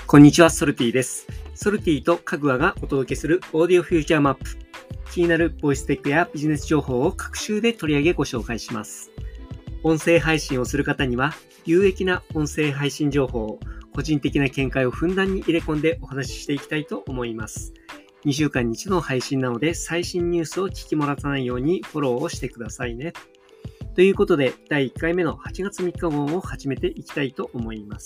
こんにちは、ソルティです。ソルティとカグアがお届けするオーディオフューチャーマップ。気になるボイステックやビジネス情報を各週で取り上げご紹介します。音声配信をする方には、有益な音声配信情報を個人的な見解をふんだんに入れ込んでお話ししていきたいと思います。2週間に一度の配信なので、最新ニュースを聞き漏らさないようにフォローをしてくださいね。ということで、第1回目の8月3日号を始めていきたいと思います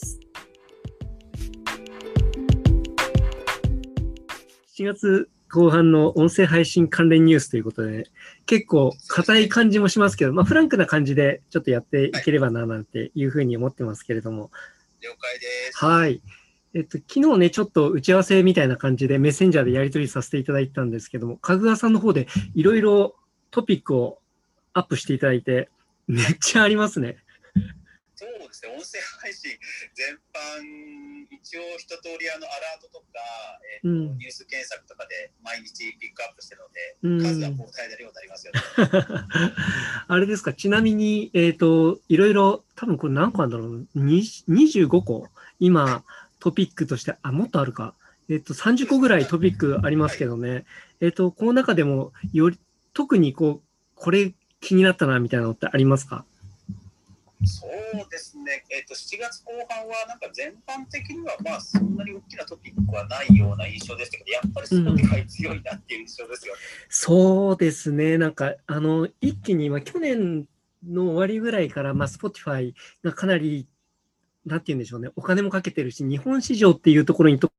。7月後半の音声配信関連ニュースということで、結構硬い感じもしますけど、フランクな感じでちょっとやっていければななんていうふうに思ってますけれども。 了解です。 はい。昨日ね、ちょっと打ち合わせみたいな感じでメッセンジャーでやり取りさせていただいたんですけども、かぐわさんの方でいろいろトピックをアップしていただいて、めっちゃありますね。 そうですね、音声配信全般、一応一通りアラートとか、ニュース検索とかで毎日ピックアップしてるので、数は膨大な量になりますよね。 あれですか、ちなみに、いろいろ、多分これ何個あるんだろう、25個、今、トピックとして、もっとあるか、30個ぐらいトピックありますけどね、この中でも特にこれ気になったなみたいなのってありますか？ そうですね、7月後半はなんか全般的にはそんなに大きなトピックはないような印象でしたけど、やっぱりSpotify強いなっていう印象ですよね。 そうですね、なんか一気に去年の終わりぐらいから、Spotify がかなりなんて言うんでしょうね、お金もかけてるし、日本市場っていうところにとって、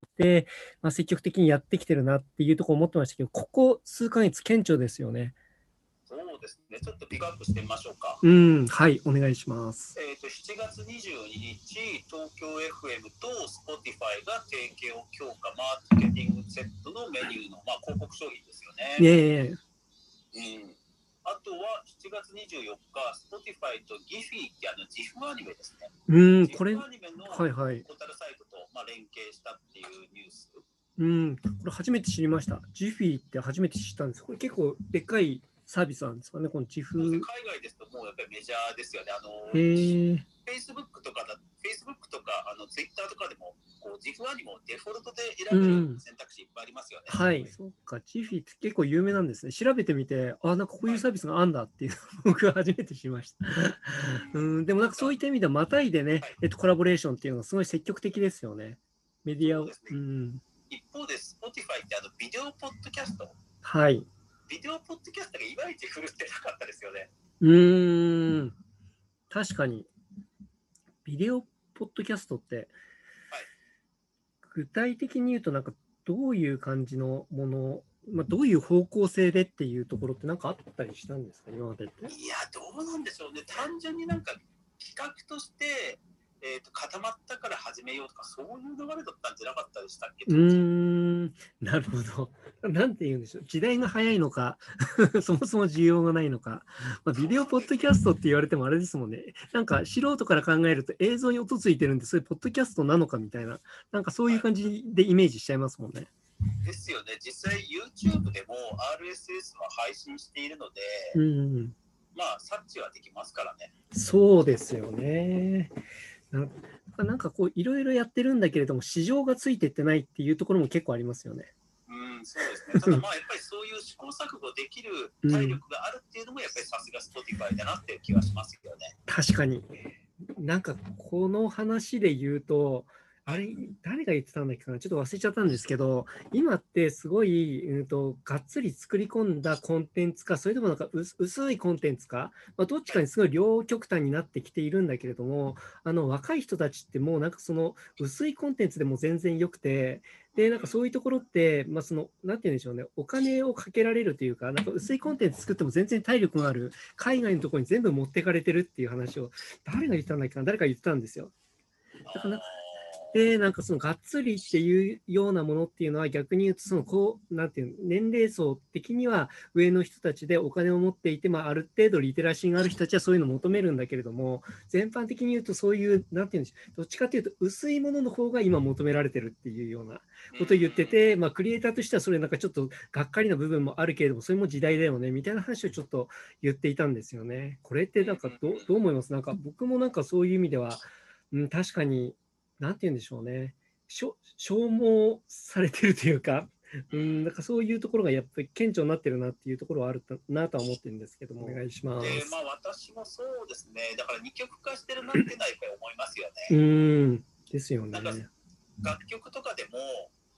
積極的にやってきてるなっていうところを思ってましたけど、ここ数ヶ月顕著ですよね。 そうですね、ちょっとピックアップしてみましょうか。 はい、お願いします。 7月22日、東京 FM と Spotify が提携を強化、マーケティングセットのメニューの、広告商品ですよね。あとは7月24日、Spotify と Giphy ってGIF アニメですね。GIF アニメのポータルサイトと連携したっていうニュース。 これ初めて知りました。Giphy って初めて知ったんです。これ結構でっかいサービスなんですかね、この GIF。 海外ですともうやっぱりメジャーですよね。Facebook とか Twitter とかでもGIF アニメをデフォルトで選べる選択肢いっぱいありますよね。 はい、そうか、Giphy って結構有名なんですね。調べてみて、なんかこういうサービスがあるんだっていうのを僕は初めて知りました。でもなんかそういった意味ではまたいでね、コラボレーションっていうのがすごい積極的ですよね。メディアを。 一方で Spotify ってビデオポッドキャスト。 はい。 ビデオポッドキャストがいまいち振るってなかったですよね。 確かに。ビデオポッドキャストって、具体的に言うとなんかどういう感じのもの、どういう方向性でっていうところってなんかあったりしたんですか、今までって。 いや、どうなんでしょうね。単純になんか企画として固まったから始めようとか、そういう流れだったんじゃなかったでしたっけ？ なるほど。なんて言うんでしょう。時代が早いのか、そもそも需要がないのか。ビデオポッドキャストって言われてもあれですもんね。なんか素人から考えると映像に音ついてるんで、それポッドキャストなのかみたいな、なんかそういう感じでイメージしちゃいますもんね。 ですよね。実際 YouTube でも RSS は配信しているので、察知はできますからね。 そうですよね。なんかいろいろやってるんだけれども、市場がついてってないっていうところも結構ありますよね。 そうですね。ただやっぱりそういう試行錯誤できる体力があるっていうのもやっぱりさすが Spotify だなっていう気はしますよね。 確かに。なんかこの話で言うと、あれ、誰が言ってたんだっけかな、ちょっと忘れちゃったんですけど、今ってすごい、がっつり作り込んだコンテンツか、それともなんか薄いコンテンツか、どっちかにすごい両極端になってきているんだけれども、若い人たちってもうなんかその薄いコンテンツでも全然よくて、で、なんかそういうところって、なんて言うんでしょうね、お金をかけられるというか、なんか薄いコンテンツ作っても全然体力のある、海外のところに全部持ってかれてるっていう話を、誰が言ったんだっけかな、誰か言ってたんですよ。だからなんかそのがっつりっていうようなものっていうのは逆に言うとなんていう年齢層的には上の人たちでお金を持っていて、ある程度リテラシーがある人たちはそういうのを求めるんだけれども、全般的に言うとそういうなんていうんでしょう、どっちかというと薄いものの方が今求められてるっていうようなことを言ってて、クリエイターとしてはそれなんかちょっとがっかりな部分もあるけれども、それも時代だよねみたいな話をちょっと言っていたんですよね。これってなんかどう思います？なんか僕もなんかそういう意味では、確かになんて言うんでしょうね。 消耗されてるというか、なんかそういうところがやっぱり顕著になってるなっていうところはあるなとは思ってるんですけども、お願いします。 まあ、私もそうですね。だから二極化してるなっていうのはやっぱり思いますよね。 ですよね。 なんか楽曲とかでも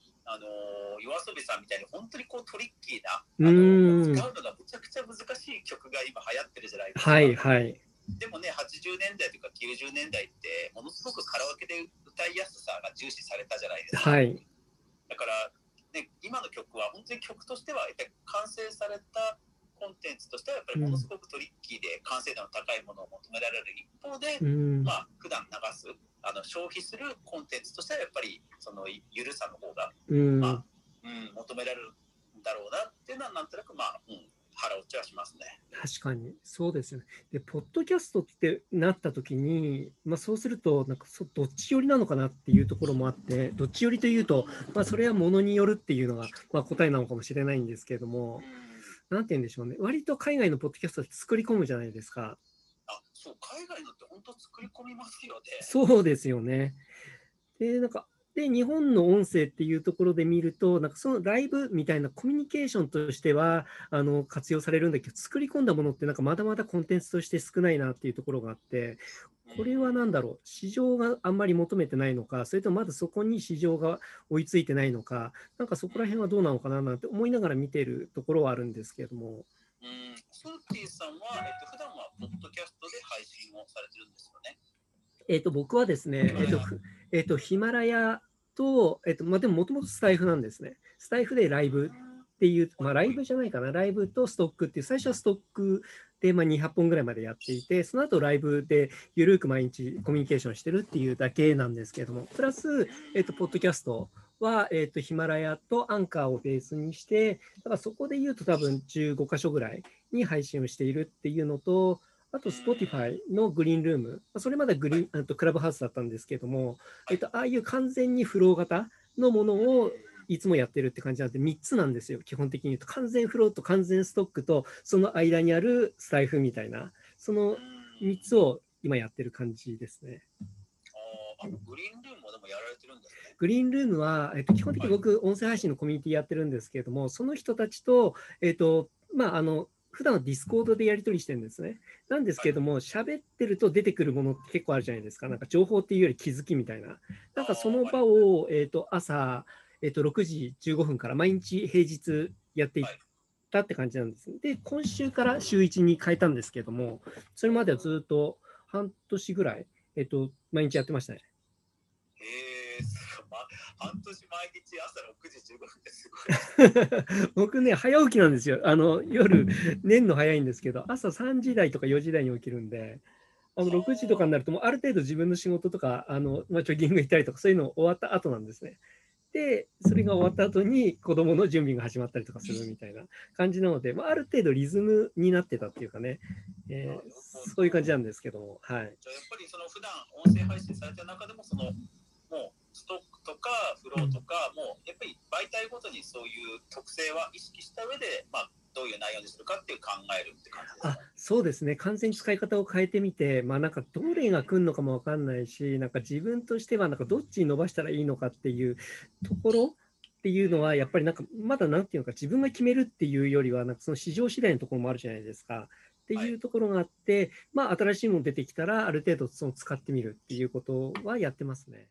YOASOBIさんみたいに本当にこうトリッキーな使うのがむちゃくちゃ難しい曲が今流行ってるじゃないですか。 はいはい。 でもね、80年代とか90年代ってものすごくカラオケで歌いやすさが重視されたじゃないですか。 はい、 だから、ね、今の曲は本当に曲としては完成されたコンテンツとしてはやっぱりものすごくトリッキーで完成度の高いものを求められる一方で、まあ普段流す消費するコンテンツとしてはやっぱりその緩さの方が、まあ求められるんだろうなっていうのはなんとなくまあ、腹落ちはしますね。 確かにそうですよね。で、ポッドキャストってなった時に、そうするとなんかどっち寄りなのかなっていうところもあって、どっち寄りというと、それはものによるっていうのが、答えなのかもしれないんですけれども、なんて言うんでしょうね。割と海外のポッドキャストって作り込むじゃないですか。 そう、海外のって本当作り込みますよね。 そうですよね。で、日本の音声っていうところで見ると、なんかそのライブみたいなコミュニケーションとしては活用されるんだけど、作り込んだものってなんかまだまだコンテンツとして少ないなっていうところがあって、これは何だろう、市場があんまり求めてないのか、それともまだそこに市場が追いついてないのか、なんかそこら辺はどうなのかななんて思いながら見ているところはあるんですけれども。 スーティーさんは、普段はポッドキャストで配信をされてるんですよね。 僕はですね、ヒマラヤと、でももともとスタイフなんですね。スタイフでライブっていう、ライブじゃないかな、ライブとストックっていう、最初はストックで200本ぐらいまでやっていて、その後ライブでゆるく毎日コミュニケーションしてるっていうだけなんですけれども、プラス、ポッドキャストは、ヒマラヤとアンカーをベースにして、だからそこで言うと多分15箇所ぐらいに配信をしているっていうのと、あと、Spotify のグリーンルーム、それまでクラブハウスだったんですけども、ああいう完全にフロー型のものをいつもやってるって感じなんで、3つなんですよ、基本的に言うと。完全フローと完全ストックと、その間にあるスタイフみたいな、その3つを今やってる感じですね。 グリーンルームもでもやられてるんですね。 グリーンルームは、基本的に僕、音声配信のコミュニティやってるんですけれども、その人たちと、普段はディスコードでやり取りしてるんですね。なんですけれども、喋ってると出てくるものって結構あるじゃないですか。なんか情報っていうより気づきみたいな。なんかその場を、朝、6時15分から毎日平日やっていったって感じなんです。で、今週から週1に変えたんですけども、それまではずっと半年ぐらい、毎日やってましたね。 半年毎日朝6時15分ってすごい。 僕ね、早起きなんですよ。夜、寝るの早いんですけど、朝3時台とか4時台に起きるんで、6時とかになると、もうある程度自分の仕事とか、ジョギング行ったりとか、そういうの終わった後なんですね。で、それが終わった後に子供の準備が始まったりとかするみたいな感じなので、ある程度リズムになってたっていうかね、そういう感じなんですけども、はい。 じゃあやっぱりその普段音声配信されてる中でも、もうストックとかフローとか、もうやっぱり媒体ごとにそういう特性は意識した上で、どういう内容にするかっていう考えるって感じですか？ そうですね。完全に使い方を変えてみて、なんかどれが来るのかも分かんないし、なんか自分としてはなんかどっちに伸ばしたらいいのかっていうところっていうのは、やっぱりなんかまだなんていうのか、自分が決めるっていうよりは、なんかその市場次第のところもあるじゃないですか。っていうところがあって、新しいもの出てきたら、ある程度その使ってみるっていうことはやってますね。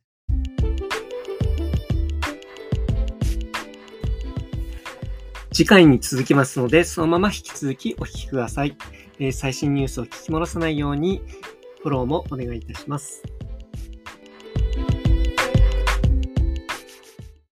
次回に続きますので、そのまま引き続きお聞きください。最新ニュースを聞き戻さないように、フォローもお願いいたします。